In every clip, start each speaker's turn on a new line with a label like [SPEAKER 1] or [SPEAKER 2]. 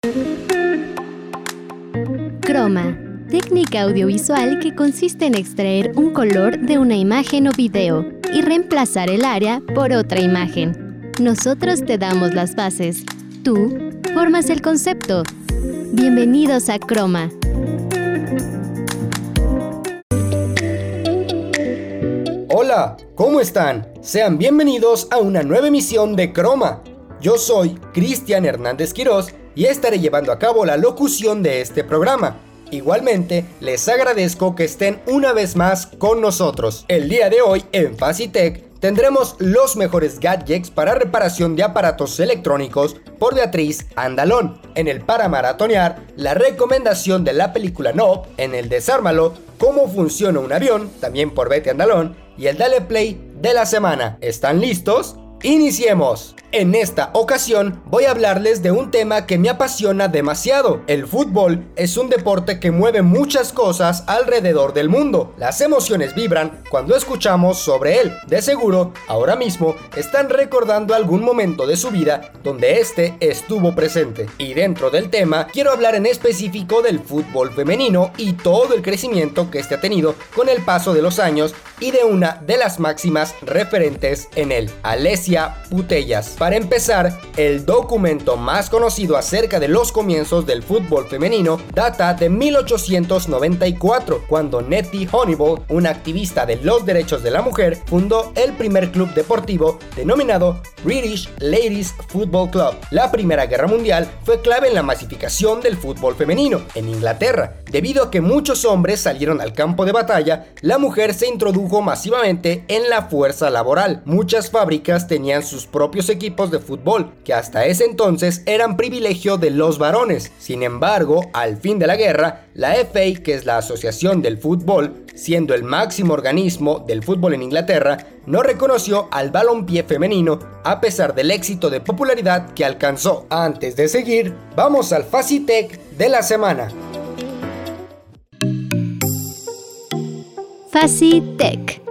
[SPEAKER 1] Croma, técnica audiovisual que consiste en extraer un color de una imagen o video y reemplazar el área por otra imagen. Nosotros te damos las bases. Tú formas el concepto. Bienvenidos a Croma.
[SPEAKER 2] Hola, ¿cómo están? Sean bienvenidos a una nueva emisión de Croma. Yo soy Cristian Hernández Quirós y estaré llevando a cabo la locución de este programa. Igualmente, les agradezco que estén una vez más con nosotros. El día de hoy en Facitech tendremos los mejores gadgets para reparación de aparatos electrónicos por Beatriz Andalón. En el Para Maratonear, la recomendación de la película Nope. En el Desármalo, cómo funciona un avión, también por Betty Andalón. Y el Dale Play de la semana. ¿Están listos? ¡Iniciemos! En esta ocasión voy a hablarles de un tema que me apasiona demasiado. El fútbol es un deporte que mueve muchas cosas alrededor del mundo. Las emociones vibran cuando escuchamos sobre él. De seguro, ahora mismo están recordando algún momento de su vida donde este estuvo presente. Y dentro del tema, quiero hablar en específico del fútbol femenino y todo el crecimiento que este ha tenido con el paso de los años y de una de las máximas referentes en él, Alessia Putellas. Para empezar, el documento más conocido acerca de los comienzos del fútbol femenino data de 1894, cuando Nettie Honeyball, una activista de los derechos de la mujer, fundó el primer club deportivo denominado British Ladies Football Club. La Primera Guerra Mundial fue clave en la masificación del fútbol femenino en Inglaterra. Debido a que muchos hombres salieron al campo de batalla, la mujer se introdujo masivamente en la fuerza laboral. Muchas fábricas tenían sus propios equipos de fútbol, que hasta ese entonces eran privilegio de los varones. Sin embargo, al fin de la guerra, la FA, que es la Asociación del Fútbol, siendo el máximo organismo del fútbol en Inglaterra, no reconoció al balompié femenino a pesar del éxito de popularidad que alcanzó. Antes de seguir, vamos al Facitech de la semana.
[SPEAKER 1] Facitech.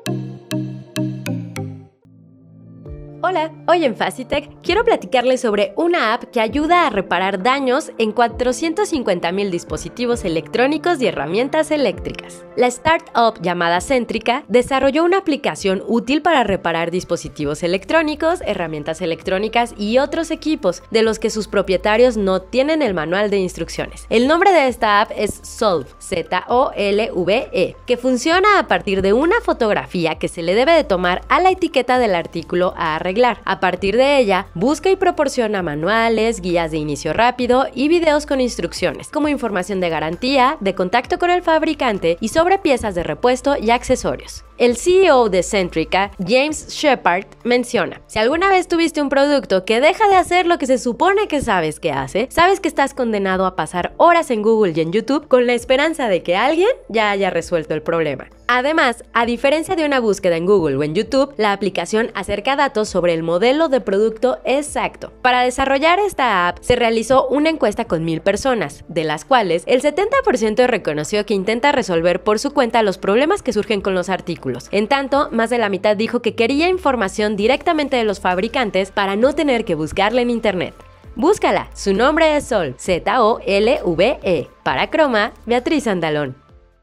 [SPEAKER 3] Hola, hoy en Facitech quiero platicarles sobre una app que ayuda a reparar daños en 450,000 dispositivos electrónicos y herramientas eléctricas. La startup llamada Centrica desarrolló una aplicación útil para reparar dispositivos electrónicos, herramientas electrónicas y otros equipos de los que sus propietarios no tienen el manual de instrucciones. El nombre de esta app es Solve, Zolve, que funciona a partir de una fotografía que se le debe de tomar a la etiqueta del artículo a arreglar. A partir de ella, busca y proporciona manuales, guías de inicio rápido y videos con instrucciones, como información de garantía, de contacto con el fabricante y sobre piezas de repuesto y accesorios. El CEO de Centrica, James Shepard, menciona: si alguna vez tuviste un producto que deja de hacer lo que se supone que sabes que hace, sabes que estás condenado a pasar horas en Google y en YouTube con la esperanza de que alguien ya haya resuelto el problema. Además, a diferencia de una búsqueda en Google o en YouTube, la aplicación acerca datos sobre el modelo de producto exacto. Para desarrollar esta app, se realizó una encuesta con 1,000 personas, de las cuales el 70% reconoció que intenta resolver por su cuenta los problemas que surgen con los artículos. En tanto, más de la mitad dijo que quería información directamente de los fabricantes para no tener que buscarla en internet. Búscala, su nombre es Sol, Zolve. Para Croma, Beatriz Andalón.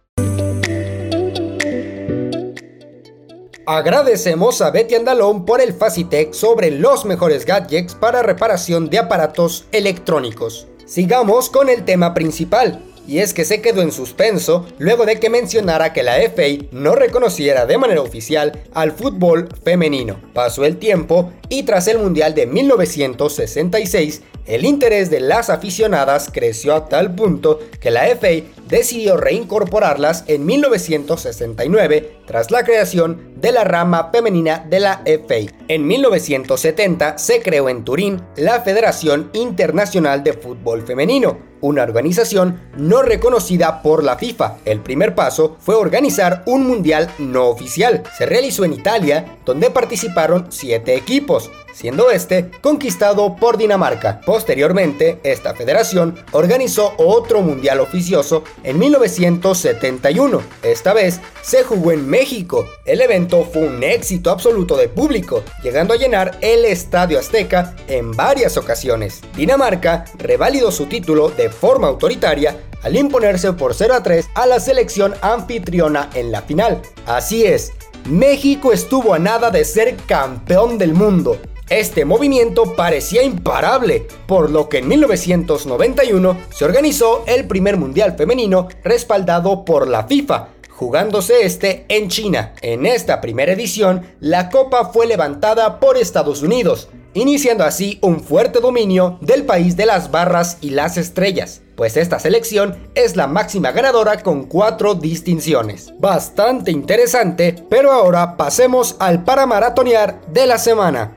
[SPEAKER 2] Agradecemos a Betty Andalón por el Facitech sobre los mejores gadgets para reparación de aparatos electrónicos. Sigamos con el tema principal. Y es que se quedó en suspenso luego de que mencionara que la FA no reconociera de manera oficial al fútbol femenino. Pasó el tiempo y tras el Mundial de 1966, el interés de las aficionadas creció a tal punto que la FA decidió reincorporarlas en 1969 tras la creación de la rama femenina de la FA. En 1970 se creó en Turín la Federación Internacional de Fútbol Femenino, una organización no reconocida por la FIFA. El primer paso fue organizar un mundial no oficial. Se realizó en Italia, donde participaron 7 equipos. siendo este conquistado por Dinamarca. Posteriormente, esta federación organizó otro mundial oficioso en 1971. Esta vez se jugó en México. El evento fue un éxito absoluto de público, llegando a llenar el Estadio Azteca en varias ocasiones. Dinamarca revalidó su título de forma autoritaria al imponerse por 0-3 a la selección anfitriona en la final. Así es, México estuvo a nada de ser campeón del mundo. Este movimiento parecía imparable, por lo que en 1991 se organizó el primer mundial femenino respaldado por la FIFA, jugándose en China. En esta primera edición, la copa fue levantada por Estados Unidos, iniciando así un fuerte dominio del país de las barras y las estrellas, pues esta selección es la máxima ganadora con 4 distinciones. Bastante interesante, pero ahora pasemos al para maratonear de la semana.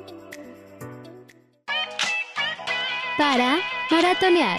[SPEAKER 1] Para maratonear.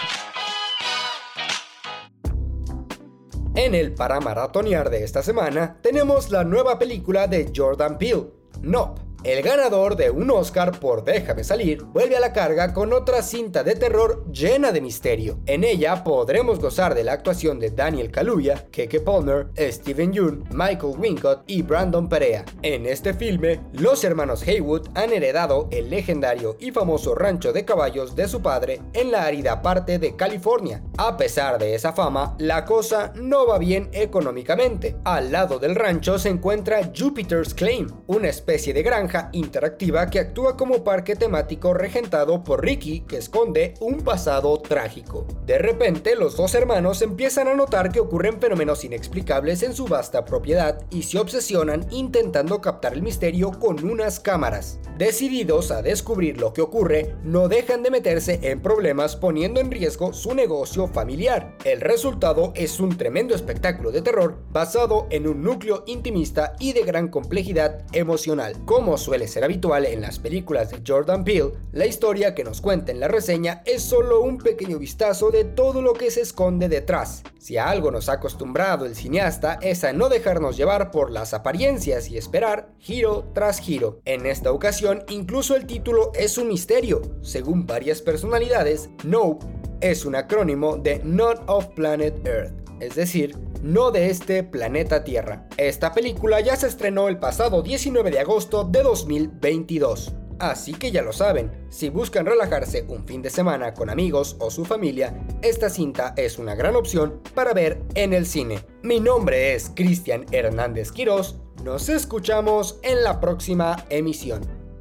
[SPEAKER 2] En el para maratonear de esta semana tenemos la nueva película de Jordan Peele, Nope. El ganador de un Oscar por Déjame Salir vuelve a la carga con otra cinta de terror llena de misterio. En ella podremos gozar de la actuación de Daniel Kaluuya, Keke Palmer, Steven Yeun, Michael Wincott y Brandon Perea. En este filme, los hermanos Haywood han heredado el legendario y famoso rancho de caballos de su padre en la árida parte de California. A pesar de esa fama, la cosa no va bien económicamente. Al lado del rancho se encuentra Jupiter's Claim, una especie de granja interactiva que actúa como parque temático regentado por Ricky, que esconde un pasado trágico. De repente, los dos hermanos empiezan a notar que ocurren fenómenos inexplicables en su vasta propiedad y se obsesionan intentando captar el misterio con unas cámaras. Decididos a descubrir lo que ocurre, no dejan de meterse en problemas poniendo en riesgo su negocio familiar. El resultado es un tremendo espectáculo de terror basado en un núcleo intimista y de gran complejidad emocional. Como suele ser habitual en las películas de Jordan Peele, la historia que nos cuenta en la reseña es solo un pequeño vistazo de todo lo que se esconde detrás. Si a algo nos ha acostumbrado el cineasta es a no dejarnos llevar por las apariencias y esperar giro tras giro. En esta ocasión, incluso el título es un misterio. Según varias personalidades, Nope es un acrónimo de Not of Planet Earth, es decir, no de este planeta Tierra. Esta película ya se estrenó el pasado 19 de agosto de 2022. Así que ya lo saben, si buscan relajarse un fin de semana con amigos o su familia, esta cinta es una gran opción para ver en el cine. Mi nombre es Cristian Hernández Quirós, nos escuchamos en la próxima emisión.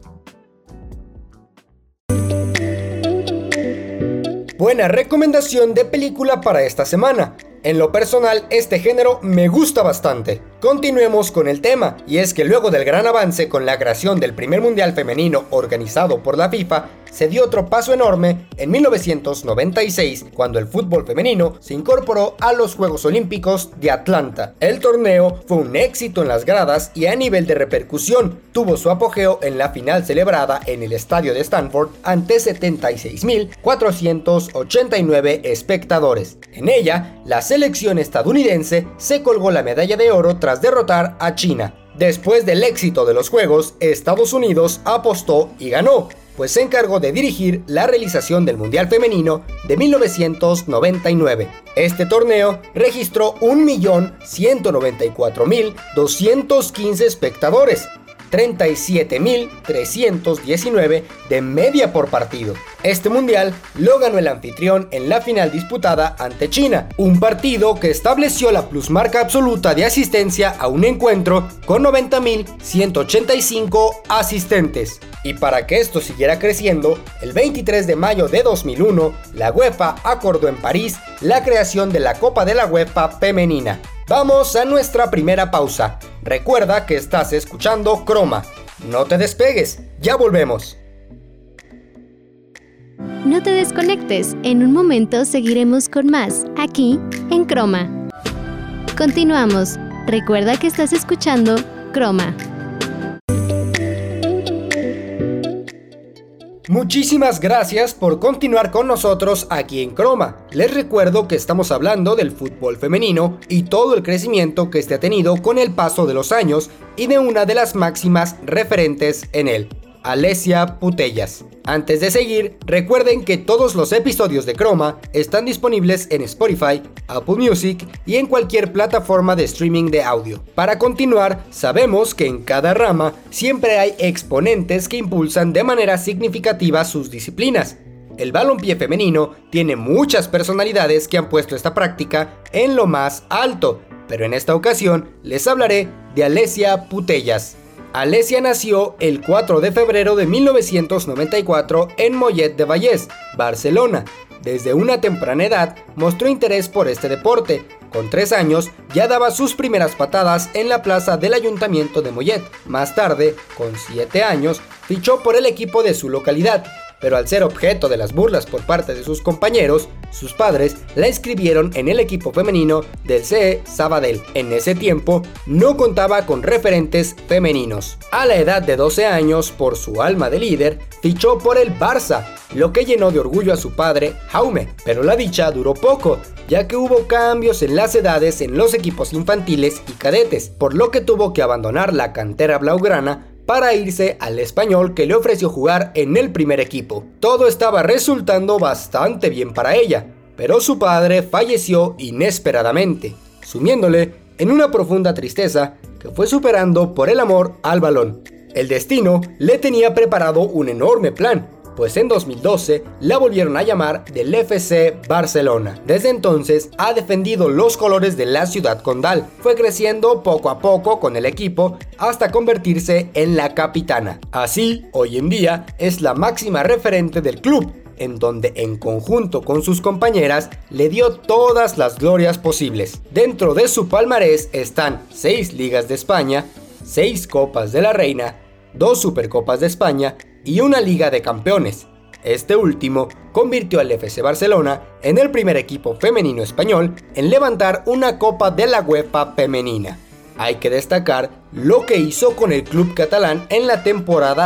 [SPEAKER 2] Buena recomendación de película para esta semana. En lo personal, este género me gusta bastante. Continuemos con el tema, y es que luego del gran avance con la creación del primer mundial femenino organizado por la FIFA, se dio otro paso enorme en 1996, cuando el fútbol femenino se incorporó a los Juegos Olímpicos de Atlanta. El torneo fue un éxito en las gradas y a nivel de repercusión, tuvo su apogeo en la final celebrada en el estadio de Stanford ante 76.489 espectadores. En ella, la selección estadounidense se colgó la medalla de oro tras derrotar a China. Después del éxito de los Juegos, Estados Unidos apostó y ganó, pues se encargó de dirigir la realización del Mundial Femenino de 1999. Este torneo registró 1.194.215 espectadores, 37.319 de media por partido. Este mundial lo ganó el anfitrión en la final disputada ante China, un partido que estableció la plusmarca absoluta de asistencia a un encuentro con 90.185 asistentes. Y para que esto siguiera creciendo, el 23 de mayo de 2001, la UEFA acordó en París la creación de la Copa de la UEFA Femenina. Vamos a nuestra primera pausa. Recuerda que estás escuchando Croma. No te despegues, ya volvemos.
[SPEAKER 1] No te desconectes, en un momento seguiremos con más, aquí en Croma. Continuamos. Recuerda que estás escuchando Croma.
[SPEAKER 2] Muchísimas gracias por continuar con nosotros aquí en Croma. Les recuerdo que estamos hablando del fútbol femenino y todo el crecimiento que este ha tenido con el paso de los años y de una de las máximas referentes en él. Alessia Putellas. Antes de seguir, recuerden que todos los episodios de Croma están disponibles en Spotify, Apple Music y en cualquier plataforma de streaming de audio. Para continuar, sabemos que en cada rama siempre hay exponentes que impulsan de manera significativa sus disciplinas. El balompié femenino tiene muchas personalidades que han puesto esta práctica en lo más alto, pero en esta ocasión les hablaré de Alessia Putellas. Alessia nació el 4 de febrero de 1994 en Mollet de Vallès, Barcelona. Desde una temprana edad mostró interés por este deporte. Con 3 años ya daba sus primeras patadas en la plaza del Ayuntamiento de Mollet. Más tarde, con 7 años, fichó por el equipo de su localidad, pero al ser objeto de las burlas por parte de sus compañeros, sus padres la inscribieron en el equipo femenino del CE Sabadell. En ese tiempo no contaba con referentes femeninos. A la edad de 12 años, por su alma de líder, fichó por el Barça, lo que llenó de orgullo a su padre, Jaume, pero la dicha duró poco, ya que hubo cambios en las edades en los equipos infantiles y cadetes, por lo que tuvo que abandonar la cantera blaugrana para irse al Español, que le ofreció jugar en el primer equipo. Todo estaba resultando bastante bien para ella, pero su padre falleció inesperadamente, sumiéndole en una profunda tristeza que fue superando por el amor al balón. El destino le tenía preparado un enorme plan, pues en 2012 la volvieron a llamar del FC Barcelona. Desde entonces ha defendido los colores de la ciudad condal. Fue creciendo poco a poco con el equipo hasta convertirse en la capitana. Así, hoy en día es la máxima referente del club, en donde en conjunto con sus compañeras le dio todas las glorias posibles. Dentro de su palmarés están 6 Ligas de España, 6 Copas de la Reina, 2 Supercopas de España y una Liga de Campeones. Este último convirtió al FC Barcelona en el primer equipo femenino español en levantar una Copa de la UEFA femenina. Hay que destacar lo que hizo con el club catalán en la temporada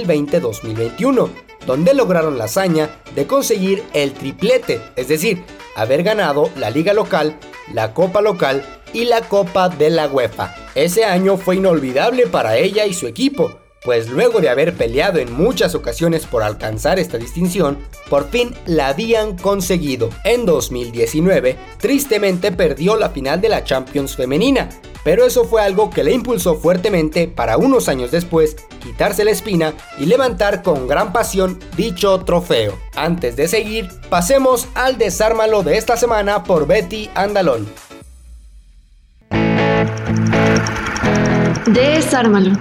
[SPEAKER 2] 2020-2021, donde lograron la hazaña de conseguir el triplete, es decir, haber ganado la Liga local, la Copa local y la Copa de la UEFA. Ese año fue inolvidable para ella y su equipo, pues luego de haber peleado en muchas ocasiones por alcanzar esta distinción, por fin la habían conseguido. En 2019, tristemente perdió la final de la Champions femenina, pero eso fue algo que le impulsó fuertemente para unos años después quitarse la espina y levantar con gran pasión dicho trofeo. Antes de seguir, pasemos al Desármalo de esta semana por Betty Andalón.
[SPEAKER 4] Desármalo.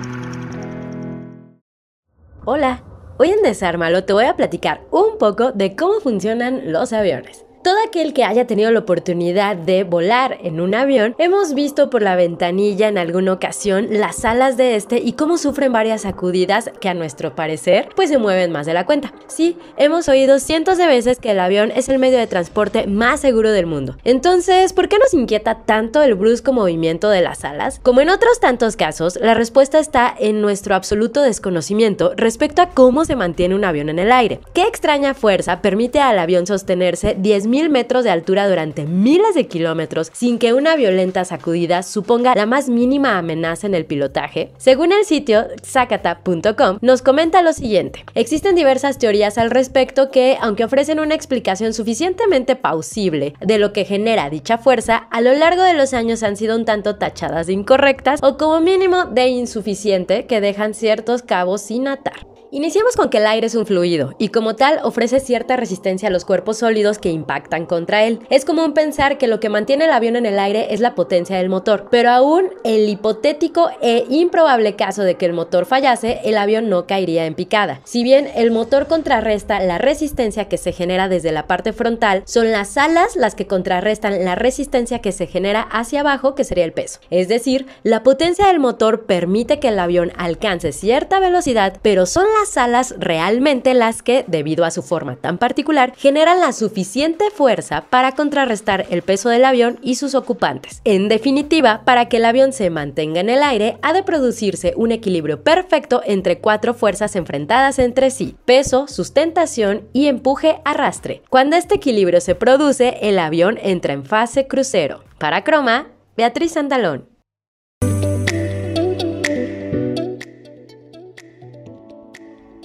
[SPEAKER 3] Hola, hoy en Desármalo te voy a platicar un poco de cómo funcionan los aviones. Todo aquel que haya tenido la oportunidad de volar en un avión, hemos visto por la ventanilla en alguna ocasión las alas de este y cómo sufren varias sacudidas que a nuestro parecer pues se mueven más de la cuenta. Sí, hemos oído cientos de veces que el avión es el medio de transporte más seguro del mundo. Entonces, ¿por qué nos inquieta tanto el brusco movimiento de las alas? Como en otros tantos casos, la respuesta está en nuestro absoluto desconocimiento respecto a cómo se mantiene un avión en el aire. ¿Qué extraña fuerza permite al avión sostenerse 10.000 metros de altura durante miles de kilómetros sin que una violenta sacudida suponga la más mínima amenaza en el pilotaje? Según el sitio Zacata.com, nos comenta lo siguiente: existen diversas teorías al respecto que, aunque ofrecen una explicación suficientemente plausible de lo que genera dicha fuerza, a lo largo de los años han sido un tanto tachadas de incorrectas o como mínimo de insuficiente, que dejan ciertos cabos sin atar. Iniciamos con que el aire es un fluido y como tal ofrece cierta resistencia a los cuerpos sólidos que impactan contra él. Es común pensar que lo que mantiene el avión en el aire es la potencia del motor, pero aún el hipotético e improbable caso de que el motor fallase, el avión no caería en picada. Si bien el motor contrarresta la resistencia que se genera desde la parte frontal, son las alas las que contrarrestan la resistencia que se genera hacia abajo, que sería el peso. Es decir, la potencia del motor permite que el avión alcance cierta velocidad, pero son las alas realmente las que, debido a su forma tan particular, generan la suficiente fuerza para contrarrestar el peso del avión y sus ocupantes. En definitiva, para que el avión se mantenga en el aire, ha de producirse un equilibrio perfecto entre 4 fuerzas enfrentadas entre sí: peso, sustentación y empuje-arrastre. Cuando este equilibrio se produce, el avión entra en fase crucero. Para Croma, Beatriz Andalón.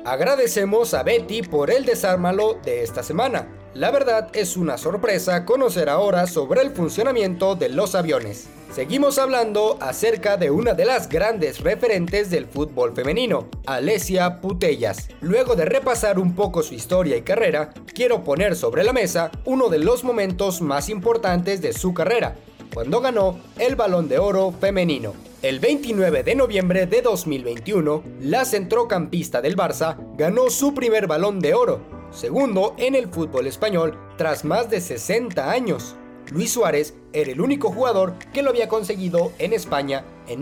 [SPEAKER 2] Agradecemos a Betty por el desármalo de esta semana. La verdad es una sorpresa conocer ahora sobre el funcionamiento de los aviones. Seguimos hablando acerca de una de las grandes referentes del fútbol femenino, Alessia Putellas. Luego de repasar un poco su historia y carrera, quiero poner sobre la mesa uno de los momentos más importantes de su carrera, cuando ganó el Balón de Oro femenino. El 29 de noviembre de 2021, la centrocampista del Barça ganó su primer Balón de Oro, segundo en el fútbol español tras más de 60 años. Luis Suárez era el único jugador que lo había conseguido en España en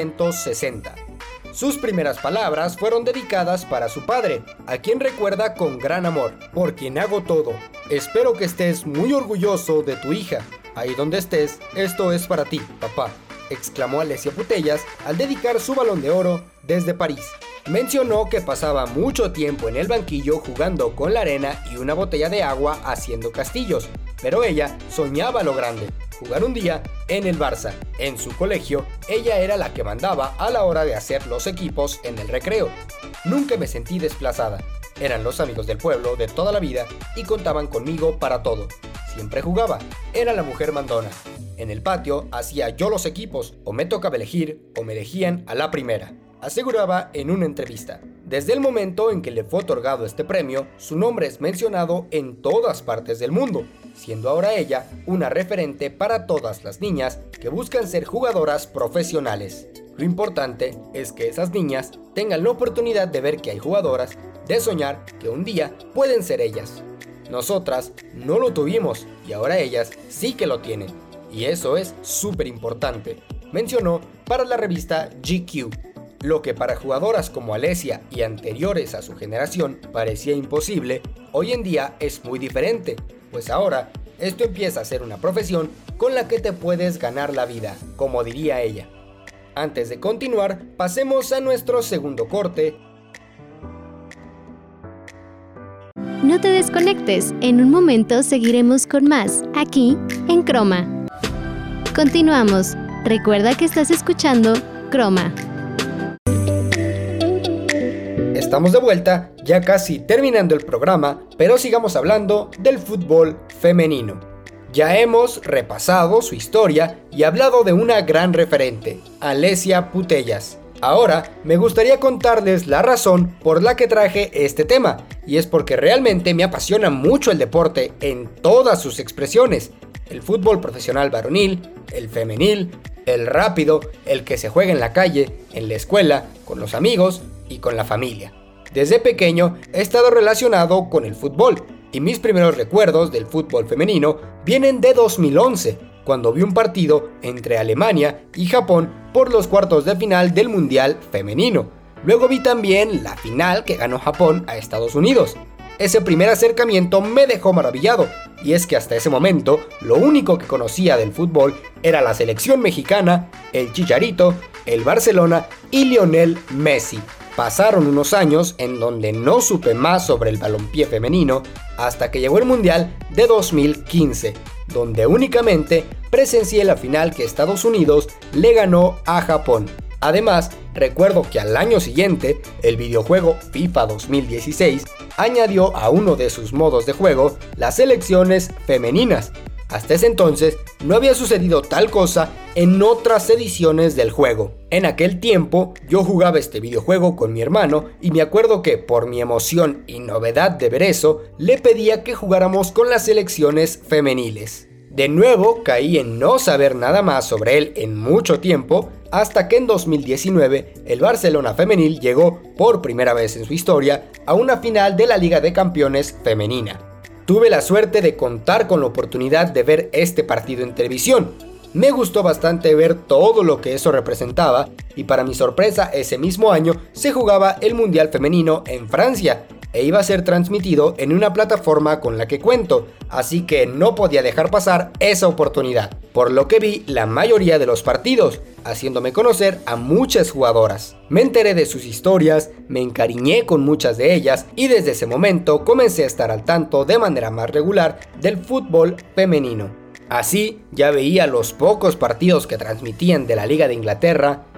[SPEAKER 2] 1960. Sus primeras palabras fueron dedicadas para su padre, a quien recuerda con gran amor: por quien hago todo. Espero que estés muy orgulloso de tu hija. Ahí donde estés, esto es para ti, papá, exclamó Alessia Putellas al dedicar su Balón de Oro desde París. Mencionó que pasaba mucho tiempo en el banquillo jugando con la arena y una botella de agua haciendo castillos, pero ella soñaba lo grande: jugar un día en el Barça. En su colegio, ella era la que mandaba a la hora de hacer los equipos en el recreo. Nunca me sentí desplazada. Eran los amigos del pueblo de toda la vida y contaban conmigo para todo. Siempre jugaba. Era la mujer mandona. En el patio hacía yo los equipos, o me tocaba elegir o me elegían a la primera, aseguraba en una entrevista. Desde el momento en que le fue otorgado este premio, su nombre es mencionado en todas partes del mundo, siendo ahora ella una referente para todas las niñas que buscan ser jugadoras profesionales. Lo importante es que esas niñas tengan la oportunidad de ver que hay jugadoras, de soñar que un día pueden ser ellas. Nosotras no lo tuvimos y ahora ellas sí que lo tienen. Y eso es súper importante, mencionó para la revista GQ. Lo que para jugadoras como Alessia y anteriores a su generación parecía imposible, hoy en día es muy diferente, pues ahora esto empieza a ser una profesión con la que te puedes ganar la vida, como diría ella. Antes de continuar, pasemos a nuestro segundo corte.
[SPEAKER 1] No te desconectes, en un momento seguiremos con más, aquí en Croma. Continuamos. Recuerda que estás escuchando Croma.
[SPEAKER 2] Estamos de vuelta, ya casi terminando el programa, pero sigamos hablando del fútbol femenino. Ya hemos repasado su historia y hablado de una gran referente, Alessia Putellas. Ahora me gustaría contarles la razón por la que traje este tema, y es porque realmente me apasiona mucho el deporte en todas sus expresiones: el fútbol profesional varonil, el femenil, el rápido, el que se juega en la calle, en la escuela, con los amigos y con la familia. Desde pequeño he estado relacionado con el fútbol, y mis primeros recuerdos del fútbol femenino vienen de 2011, cuando vi un partido entre Alemania y Japón por los cuartos de final del Mundial Femenino. Luego vi también la final que ganó Japón a Estados Unidos. Ese primer acercamiento me dejó maravillado, y es que hasta ese momento lo único que conocía del fútbol era la selección mexicana, el Chicharito, el Barcelona y Lionel Messi. Pasaron unos años en donde no supe más sobre el balompié femenino hasta que llegó el Mundial de 2015, donde únicamente presencié la final que Estados Unidos le ganó a Japón. Además, recuerdo que al año siguiente, el videojuego FIFA 2016 añadió a uno de sus modos de juego las selecciones femeninas. Hasta ese entonces no había sucedido tal cosa en otras ediciones del juego. En aquel tiempo yo jugaba este videojuego con mi hermano y me acuerdo que por mi emoción y novedad de ver eso, le pedía que jugáramos con las selecciones femeniles. De nuevo caí en no saber nada más sobre él en mucho tiempo, hasta que en 2019 el Barcelona femenil llegó por primera vez en su historia a una final de la Liga de Campeones femenina. Tuve la suerte de contar con la oportunidad de ver este partido en televisión. Me gustó bastante ver todo lo que eso representaba, y para mi sorpresa ese mismo año se jugaba el Mundial Femenino en Francia e iba a ser transmitido en una plataforma con la que cuento, así que no podía dejar pasar esa oportunidad, por lo que vi la mayoría de los partidos, haciéndome conocer a muchas jugadoras. Me enteré de sus historias, me encariñé con muchas de ellas y desde ese momento comencé a estar al tanto de manera más regular del fútbol femenino. Así ya veía los pocos partidos que transmitían de la Liga de Inglaterra,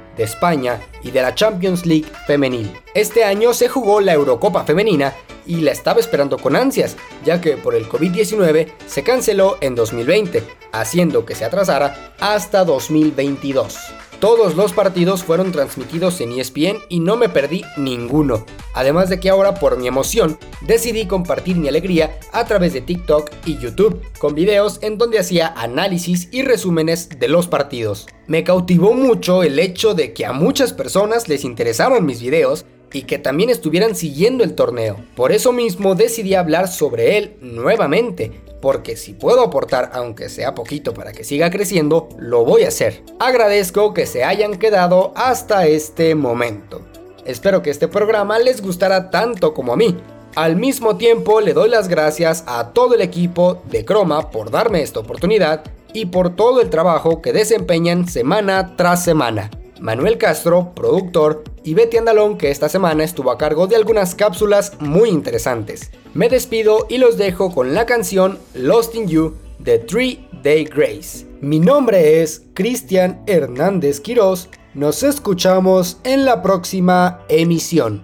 [SPEAKER 2] de España y de la Champions League femenil. Este año se jugó la Eurocopa femenina y la estaba esperando con ansias, ya que por el COVID-19 se canceló en 2020, haciendo que se atrasara hasta 2022. Todos los partidos fueron transmitidos en ESPN y no me perdí ninguno. Además de que ahora, por mi emoción, decidí compartir mi alegría a través de TikTok y YouTube, con videos en donde hacía análisis y resúmenes de los partidos. Me cautivó mucho el hecho de que a muchas personas les interesaban mis videos y que también estuvieran siguiendo el torneo. Por eso mismo decidí hablar sobre él nuevamente, porque si puedo aportar aunque sea poquito para que siga creciendo, lo voy a hacer. Agradezco que se hayan quedado hasta este momento. Espero que este programa les gustará tanto como a mí. Al mismo tiempo le doy las gracias a todo el equipo de Croma por darme esta oportunidad y por todo el trabajo que desempeñan semana tras semana. Manuel Castro, productor, y Betty Andalón, que esta semana estuvo a cargo de algunas cápsulas muy interesantes. Me despido y los dejo con la canción Lost in You de 3 Day Grace. Mi nombre es Cristian Hernández Quirós. Nos escuchamos en la próxima emisión.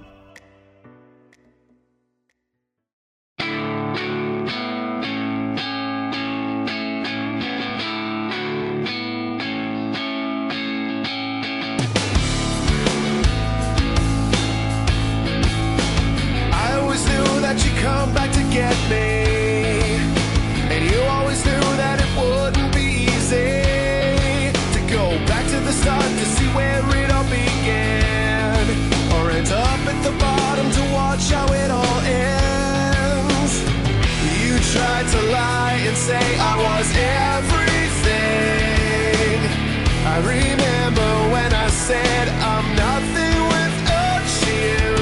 [SPEAKER 4] Come back to get me, and you always knew that it wouldn't be easy to go back to the start to see where it all began, or end up at the bottom to watch how it all ends. You tried to lie and say I was everything. I remember when I said I'm nothing without you.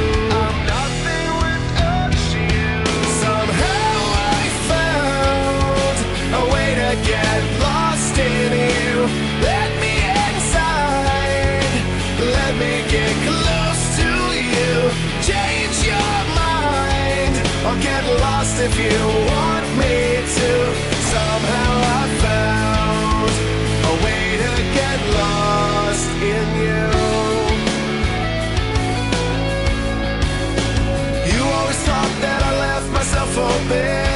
[SPEAKER 4] Get lost in you. Let me inside. Let me get close to you. Change your mind. I'll get lost if you want me to. Somehow I found a way to get lost in you. You always thought that I left myself open,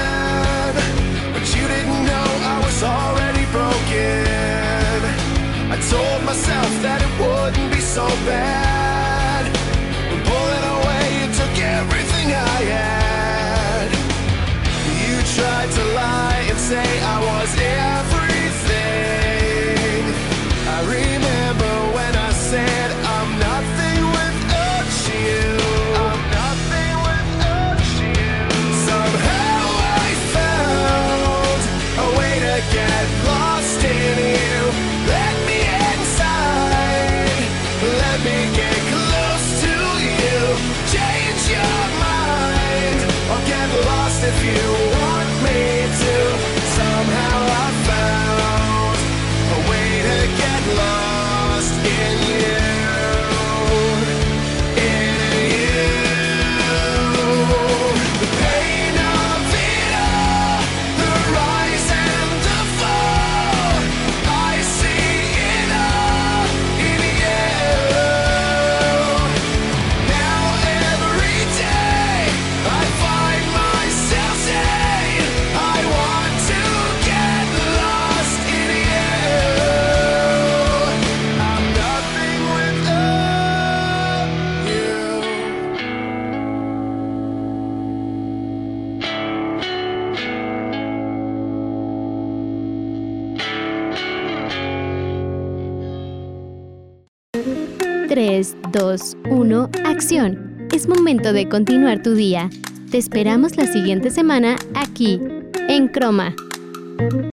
[SPEAKER 4] already broken. I told myself that it wouldn't be so bad. When pulling away, you took everything I had. You tried to lie and say I was everything. I remember when I said I'm nothing without you. I'm nothing without you. Somehow I found a way to get lost in you. Let me inside. Let me get close to you. Change your mind. I'll get lost if you want me to. Somehow I found a way to get lost in you. In you. The pain of it all, the rise and the fall, I see it all in you. Now every day I find myself saying I want to get lost in you. I'm nothing without you.
[SPEAKER 1] 3, 2, 1, acción. Es momento de continuar tu día. Te esperamos la siguiente semana aquí, en Croma.